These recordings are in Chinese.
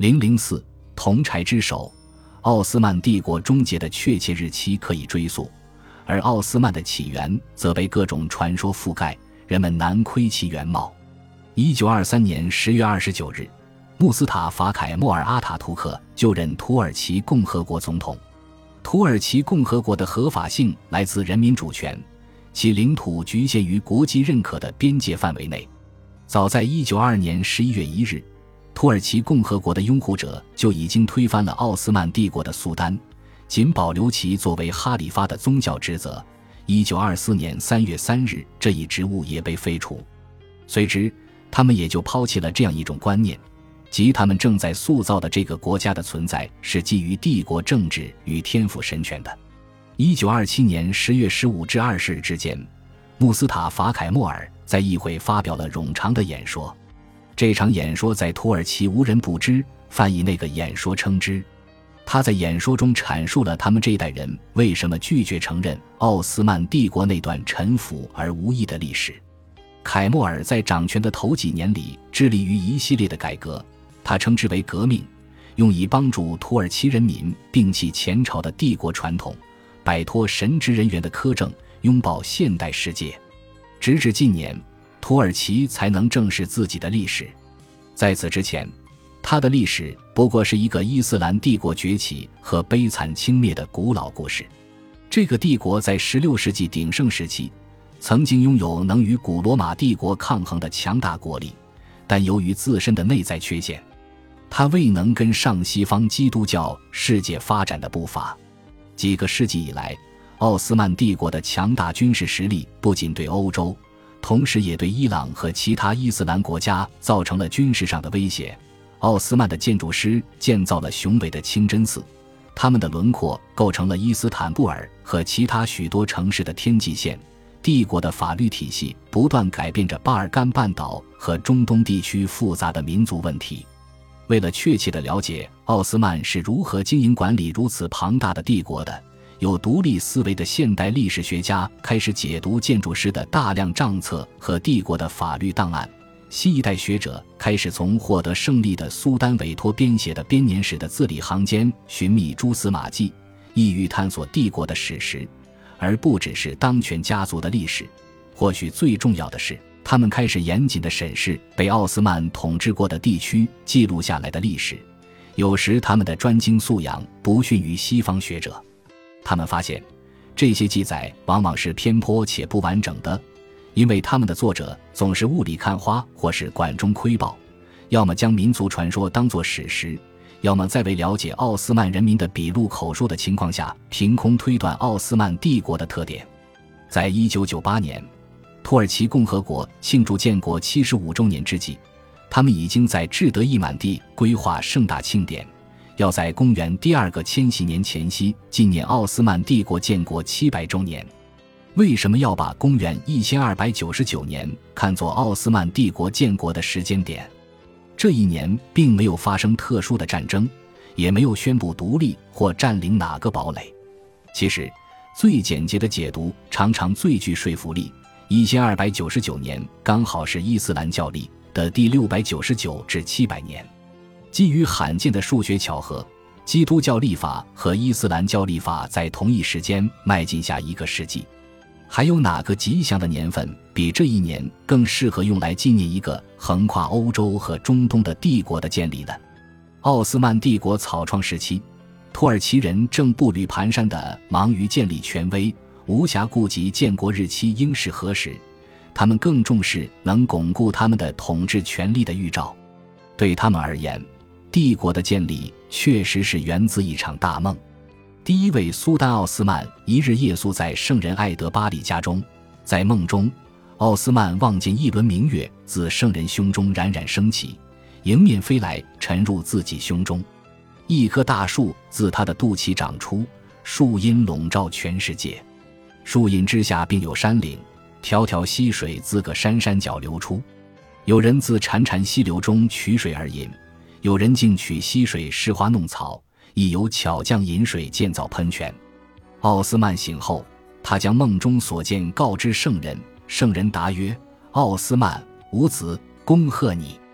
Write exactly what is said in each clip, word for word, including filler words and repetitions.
零零四铜柴之手，奥斯曼帝国终结的确切日期可以追溯，而奥斯曼的起源则被各种传说覆盖，人们难窥其原貌。一九二三年十月二十九日，穆斯塔法凯莫尔阿塔图克就任土耳其共和国总统。土耳其共和国的合法性来自人民主权，其领土局限于国际认可的边界范围内。早在一九二二年十一月一日，土耳其共和国的拥护者就已经推翻了奥斯曼帝国的苏丹，仅保留其作为哈里发的宗教职责。一九二四年三月三日，这一职务也被废除。随之，他们也就抛弃了这样一种观念，即他们正在塑造的这个国家的存在是基于帝国政治与天赋神权的。一九二七年十月十五至二十日之间，穆斯塔法凯莫尔在议会发表了冗长的演说。这场演说在土耳其无人不知，泛以那个演说称之。他在演说中阐述了他们这一代人为什么拒绝承认奥斯曼帝国那段陈腐而无益的历史。凯莫尔在掌权的头几年里致力于一系列的改革，他称之为革命，用以帮助土耳其人民摒弃前朝的帝国传统，摆脱神职人员的苛政，拥抱现代世界。直至近年，土耳其才能正视自己的历史。在此之前，它的历史不过是一个伊斯兰帝国崛起和悲惨倾灭的古老故事。这个帝国在十六世纪鼎盛时期曾经拥有能与古罗马帝国抗衡的强大国力，但由于自身的内在缺陷，它未能跟上西方基督教世界发展的步伐。几个世纪以来，奥斯曼帝国的强大军事实力不仅对欧洲，同时也对伊朗和其他伊斯兰国家造成了军事上的威胁。奥斯曼的建筑师建造了雄伟的清真寺，他们的轮廓构成了伊斯坦布尔和其他许多城市的天际线。帝国的法律体系不断改变着巴尔干半岛和中东地区复杂的民族问题。为了确切地了解奥斯曼是如何经营管理如此庞大的帝国的，有独立思维的现代历史学家开始解读建筑师的大量账册和帝国的法律档案。新一代学者开始从获得胜利的苏丹委托编写的编年史的字里行间寻觅蛛丝马迹，意欲探索帝国的史实，而不只是当权家族的历史。或许最重要的是，他们开始严谨地审视被奥斯曼统治过的地区记录下来的历史。有时他们的专精素养不逊于西方学者。他们发现，这些记载往往是偏颇且不完整的，因为他们的作者总是雾里看花，或是管中窥豹，要么将民族传说当作史实，要么在未了解奥斯曼人民的笔录口述的情况下凭空推断奥斯曼帝国的特点。在一九九八年，土耳其共和国庆祝建国七十五周年之际，他们已经在志德伊满地规划盛大庆典，要在公元第二个千禧年前夕纪念奥斯曼帝国建国七百周年。为什么要把公元一千二百九十九年看作奥斯曼帝国建国的时间点？这一年并没有发生特殊的战争，也没有宣布独立或占领哪个堡垒。其实，最简洁的解读常常最具说服力。一千二百九十九年刚好是伊斯兰教历的第六百九十九至七百年。基于罕见的数学巧合，基督教历法和伊斯兰教历法在同一时间迈进下一个世纪。还有哪个吉祥的年份比这一年更适合用来纪念一个横跨欧洲和中东的帝国的建立呢？奥斯曼帝国草创时期，土耳其人正步履蹒跚地忙于建立权威，无暇顾及建国日期应是何时，他们更重视能巩固他们的统治权力的预兆。对他们而言，帝国的建立确实是源自一场大梦。第一位苏丹奥斯曼一日夜宿在圣人艾德巴里家中，在梦中，奥斯曼望见一轮明月自圣人胸中冉冉升起，迎面飞来，沉入自己胸中。一棵大树自他的肚脐长出，树荫笼罩全世界。树荫之下并有山岭，条条溪水自各山山脚流出。有人自潺潺溪流中取水而饮，有人竟取溪水施花弄草，亦有巧匠引水建造喷泉。奥斯曼醒后，他将梦中所见告知圣人，圣人答曰：奥斯曼，吾子恭贺你。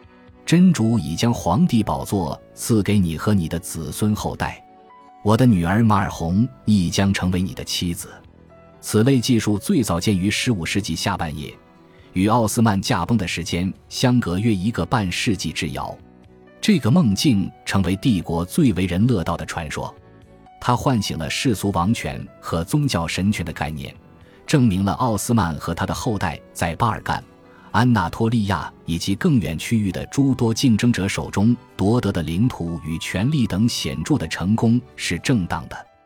真主已将皇帝宝座赐给你和你的子孙后代，我的女儿马尔红亦将成为你的妻子。此类记述最早见于十五世纪下半叶，与奥斯曼驾崩的时间相隔约一个半世纪之遥。这个梦境成为帝国最为人乐道的传说，它唤醒了世俗王权和宗教神权的概念，证明了奥斯曼和他的后代在巴尔干、安纳托利亚以及更远区域的诸多竞争者手中夺得的领土与权力等显著的成功是正当的。